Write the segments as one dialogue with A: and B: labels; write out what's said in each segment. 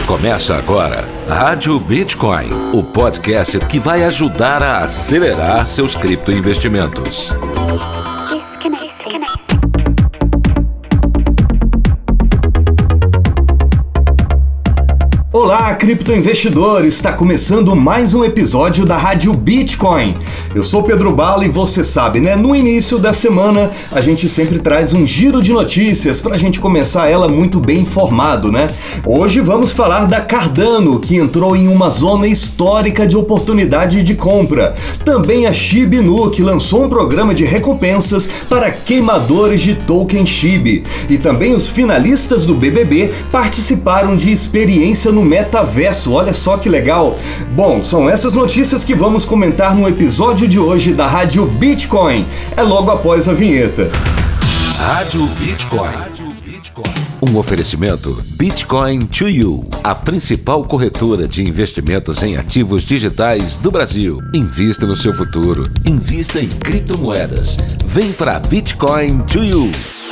A: Começa agora, Rádio Bitcoin, o podcast que vai ajudar a acelerar seus criptoinvestimentos.
B: Olá, criptoinvestidores! Está começando mais um episódio da Rádio Bitcoin. Eu sou Pedro Bala e você sabe, né? No início da semana a gente sempre traz um giro de notícias para a gente começar ela muito bem informado, né? Hoje vamos falar da Cardano, que entrou em uma zona histórica de oportunidade de compra. Também a SHIB Inu, que lançou um programa de recompensas para queimadores de token SHIB. E também os finalistas do BBB participaram de experiência no metaverso, olha só que legal. Bom, são essas notícias que vamos comentar no episódio de hoje da Rádio Bitcoin. É logo após a vinheta.
A: Rádio Bitcoin. Um oferecimento Bitcoin to You, a principal corretora de investimentos em ativos digitais do Brasil. Invista no seu futuro. Invista em criptomoedas. Vem para Bitcoin to You.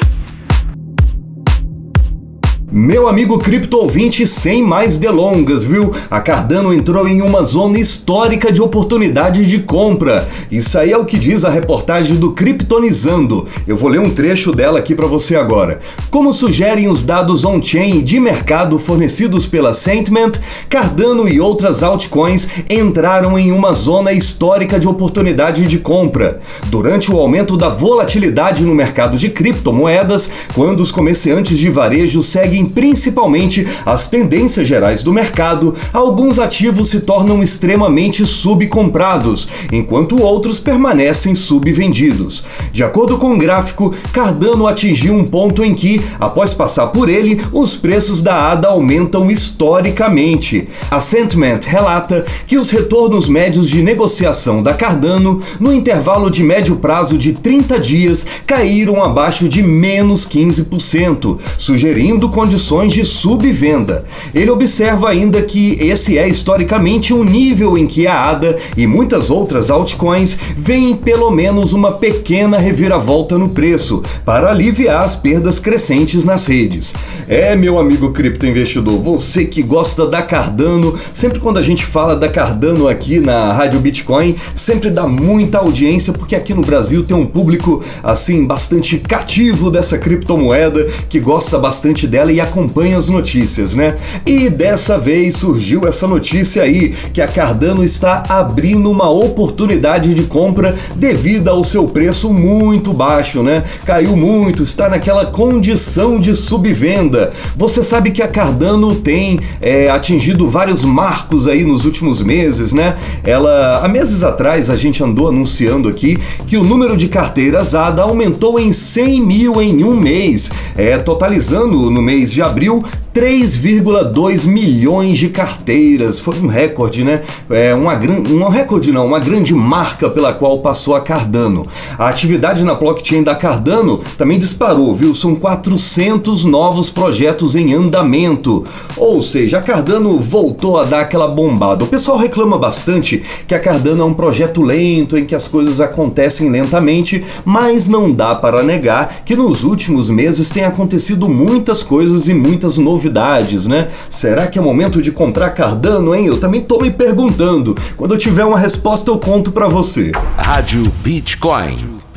B: Meu amigo cripto ouvinte, sem mais delongas, viu? A Cardano entrou em uma zona histórica de oportunidade de compra. Isso aí é o que diz a reportagem do Kryptonizando. Eu vou ler um trecho dela aqui para você agora. Como sugerem os dados on-chain de mercado fornecidos pela Sentiment, Cardano e outras altcoins entraram em uma zona histórica de oportunidade de compra. Durante o aumento da volatilidade no mercado de criptomoedas, quando os comerciantes de varejo seguem principalmente as tendências gerais do mercado, alguns ativos se tornam extremamente subcomprados, enquanto outros permanecem subvendidos. De acordo com o gráfico, Cardano atingiu um ponto em que, após passar por ele, os preços da ADA aumentam historicamente. A Sentiment relata que os retornos médios de negociação da Cardano, no intervalo de médio prazo de 30 dias, caíram abaixo de menos 15%, sugerindo condições de subvenda. Ele observa ainda que esse é historicamente um nível em que a ADA e muitas outras altcoins veem pelo menos uma pequena reviravolta no preço para aliviar as perdas crescentes nas redes. Meu amigo criptoinvestidor, você que gosta da Cardano, sempre quando a gente fala da Cardano aqui na Rádio Bitcoin, sempre dá muita audiência, porque aqui no Brasil tem um público assim bastante cativo dessa criptomoeda, que gosta bastante dela e acompanha as notícias, né? E dessa vez surgiu essa notícia aí, que a Cardano está abrindo uma oportunidade de compra devido ao seu preço muito baixo, né? Caiu muito, está naquela condição de subvenda. Você sabe que a Cardano tem atingido vários marcos aí nos últimos meses, né? Há meses atrás a gente andou anunciando aqui que o número de carteiras ADA aumentou em 100 mil em um mês, totalizando no mês de abril 3,2 milhões de carteiras. Foi um recorde, né? Uma grande marca pela qual passou a Cardano. A atividade na blockchain da Cardano também disparou, viu? São 400 novos projetos em andamento. Ou seja, a Cardano voltou a dar aquela bombada. O pessoal reclama bastante que a Cardano é um projeto lento, em que as coisas acontecem lentamente, mas não dá para negar que nos últimos meses tem acontecido muitas coisas e muitas novidades, né? Será que é momento de comprar Cardano, hein? Eu também tô me perguntando. Quando eu tiver uma resposta, eu conto pra você.
A: Rádio Bitcoin.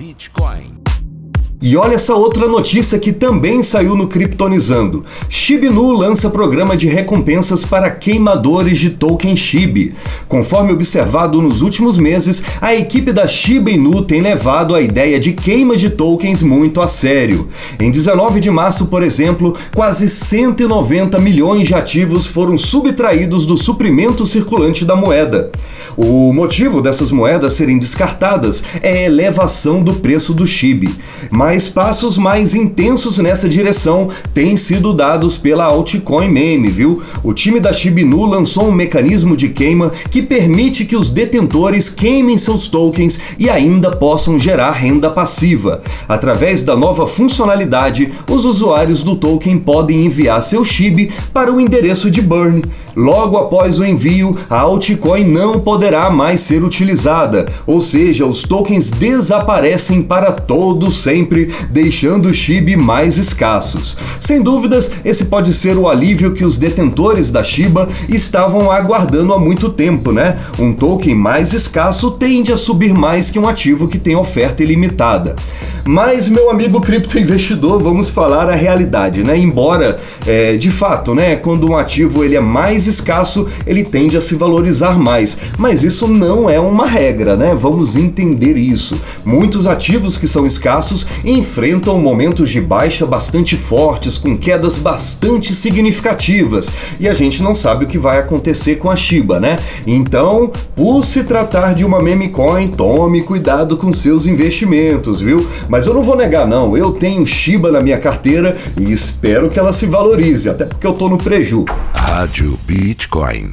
B: E olha essa outra notícia que também saiu no Kryptonizando. SHIB Inu lança programa de recompensas para queimadores de token SHIB. Conforme observado nos últimos meses, a equipe da SHIB Inu tem levado a ideia de queima de tokens muito a sério. Em 19 de março, por exemplo, quase 190 milhões de ativos foram subtraídos do suprimento circulante da moeda. O motivo dessas moedas serem descartadas é a elevação do preço do SHIB. Mas passos mais intensos nessa direção têm sido dados pela altcoin Meme, viu? O time da SHIB Inu lançou um mecanismo de queima que permite que os detentores queimem seus tokens e ainda possam gerar renda passiva. Através da nova funcionalidade, os usuários do token podem enviar seu SHIB para o endereço de burn. Logo após o envio, a altcoin não poderá mais ser utilizada, ou seja, os tokens desaparecem para todo sempre sempre, deixando o Shiba mais escassos. Sem dúvidas, esse pode ser o alívio que os detentores da Shiba estavam aguardando há muito tempo, né? Um token mais escasso tende a subir mais que um ativo que tem oferta ilimitada. Mas, meu amigo criptoinvestidor, vamos falar a realidade, né? Embora, de fato, né, quando um ativo ele é mais escasso, ele tende a se valorizar mais. Mas isso não é uma regra, né? Vamos entender isso. Muitos ativos que são escassos enfrentam momentos de baixa bastante fortes, com quedas bastante significativas. E a gente não sabe o que vai acontecer com a Shiba, né? Então, por se tratar de uma meme coin, tome cuidado com seus investimentos, viu? Mas eu não vou negar não, eu tenho Shiba na minha carteira e espero que ela se valorize, até porque eu tô no preju.
A: Rádio Bitcoin.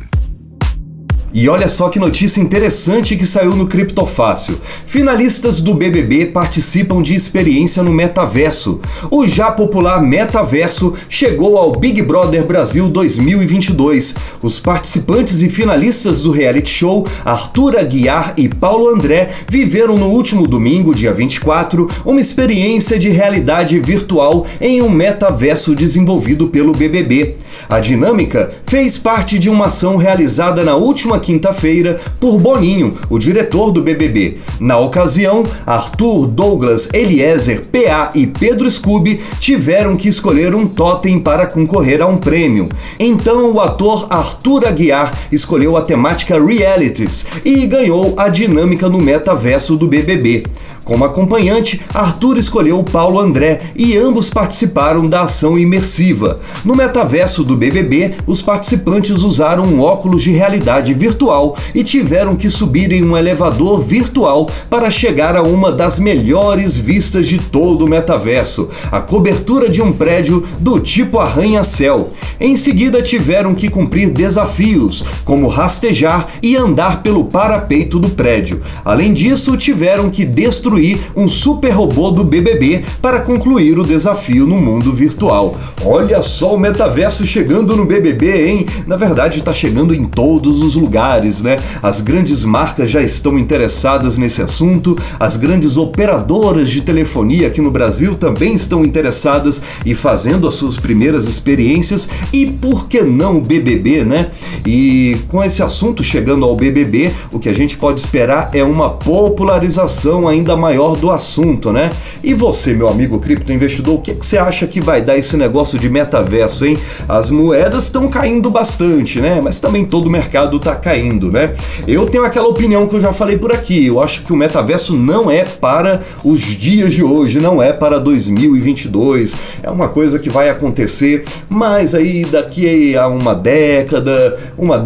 B: E olha só que notícia interessante que saiu no Criptofácil. Finalistas do BBB participam de experiência no metaverso. O já popular metaverso chegou ao Big Brother Brasil 2022. Os participantes e finalistas do reality show, Arthur Aguiar e Paulo André, viveram no último domingo, dia 24, uma experiência de realidade virtual em um metaverso desenvolvido pelo BBB. A dinâmica fez parte de uma ação realizada na última quinta-feira por Boninho, o diretor do BBB. Na ocasião, Arthur, Douglas, Eliezer, PA e Pedro Scooby tiveram que escolher um totem para concorrer a um prêmio. Então o ator Arthur Aguiar escolheu a temática realities e ganhou a dinâmica no metaverso do BBB. Como acompanhante, Arthur escolheu Paulo André e ambos participaram da ação imersiva. No metaverso do BBB, os participantes usaram um óculos de realidade virtual e tiveram que subir em um elevador virtual para chegar a uma das melhores vistas de todo o metaverso, a cobertura de um prédio do tipo arranha-céu. Em seguida, tiveram que cumprir desafios, como rastejar e andar pelo parapeito do prédio. Além disso, tiveram que destruir um super robô do BBB para concluir o desafio no mundo virtual. Olha só o metaverso chegando no BBB, hein? Na verdade, está chegando em todos os lugares, né? As grandes marcas já estão interessadas nesse assunto, as grandes operadoras de telefonia aqui no Brasil também estão interessadas e fazendo as suas primeiras experiências, e por que não o BBB, né? E com esse assunto chegando ao BBB, o que a gente pode esperar é uma popularização ainda maior do assunto, né? E você, meu amigo criptoinvestidor, o que você acha que vai dar esse negócio de metaverso, hein? As moedas estão caindo bastante, né? Mas também todo o mercado está caindo, né? Eu tenho aquela opinião que eu já falei por aqui. Eu acho que o metaverso não é para os dias de hoje, não é para 2022. É uma coisa que vai acontecer, mas aí daqui a uma década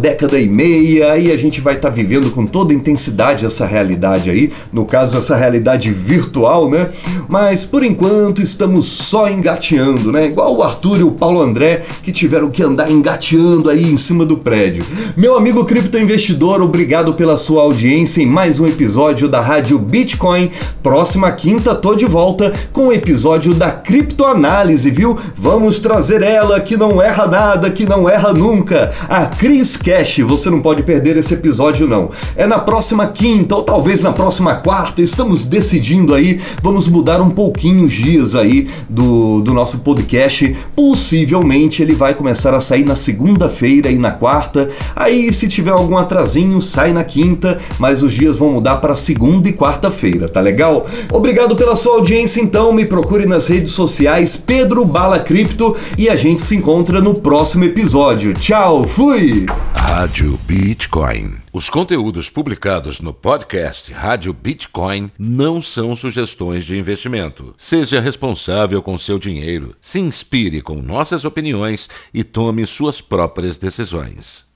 B: e meia, aí a gente vai estar vivendo com toda a intensidade essa realidade aí. No caso, essa realidade virtual, né? Mas por enquanto estamos só engateando, né? Igual o Arthur e o Paulo André, que tiveram que andar engateando aí em cima do prédio. Meu amigo criptoinvestidor, obrigado pela sua audiência em mais um episódio da Rádio Bitcoin. Próxima quinta tô de volta com o episódio da criptoanálise, viu? Vamos trazer ela que não erra nada, que não erra nunca, a Cris Cash. Você não pode perder esse episódio não. É na próxima quinta ou talvez na próxima quarta, estamos decidindo aí, vamos mudar um pouquinho os dias aí do nosso podcast. Possivelmente ele vai começar a sair na segunda-feira e na quarta, aí se tiver algum atrasinho sai na quinta, mas os dias vão mudar para segunda e quarta-feira, tá legal? Obrigado pela sua audiência, então me procure nas redes sociais Pedro Bala Cripto e a gente se encontra no próximo episódio. Tchau, fui!
A: Rádio Bitcoin. Os conteúdos publicados no podcast Rádio Bitcoin não são sugestões de investimento. Seja responsável com seu dinheiro, se inspire com nossas opiniões e tome suas próprias decisões.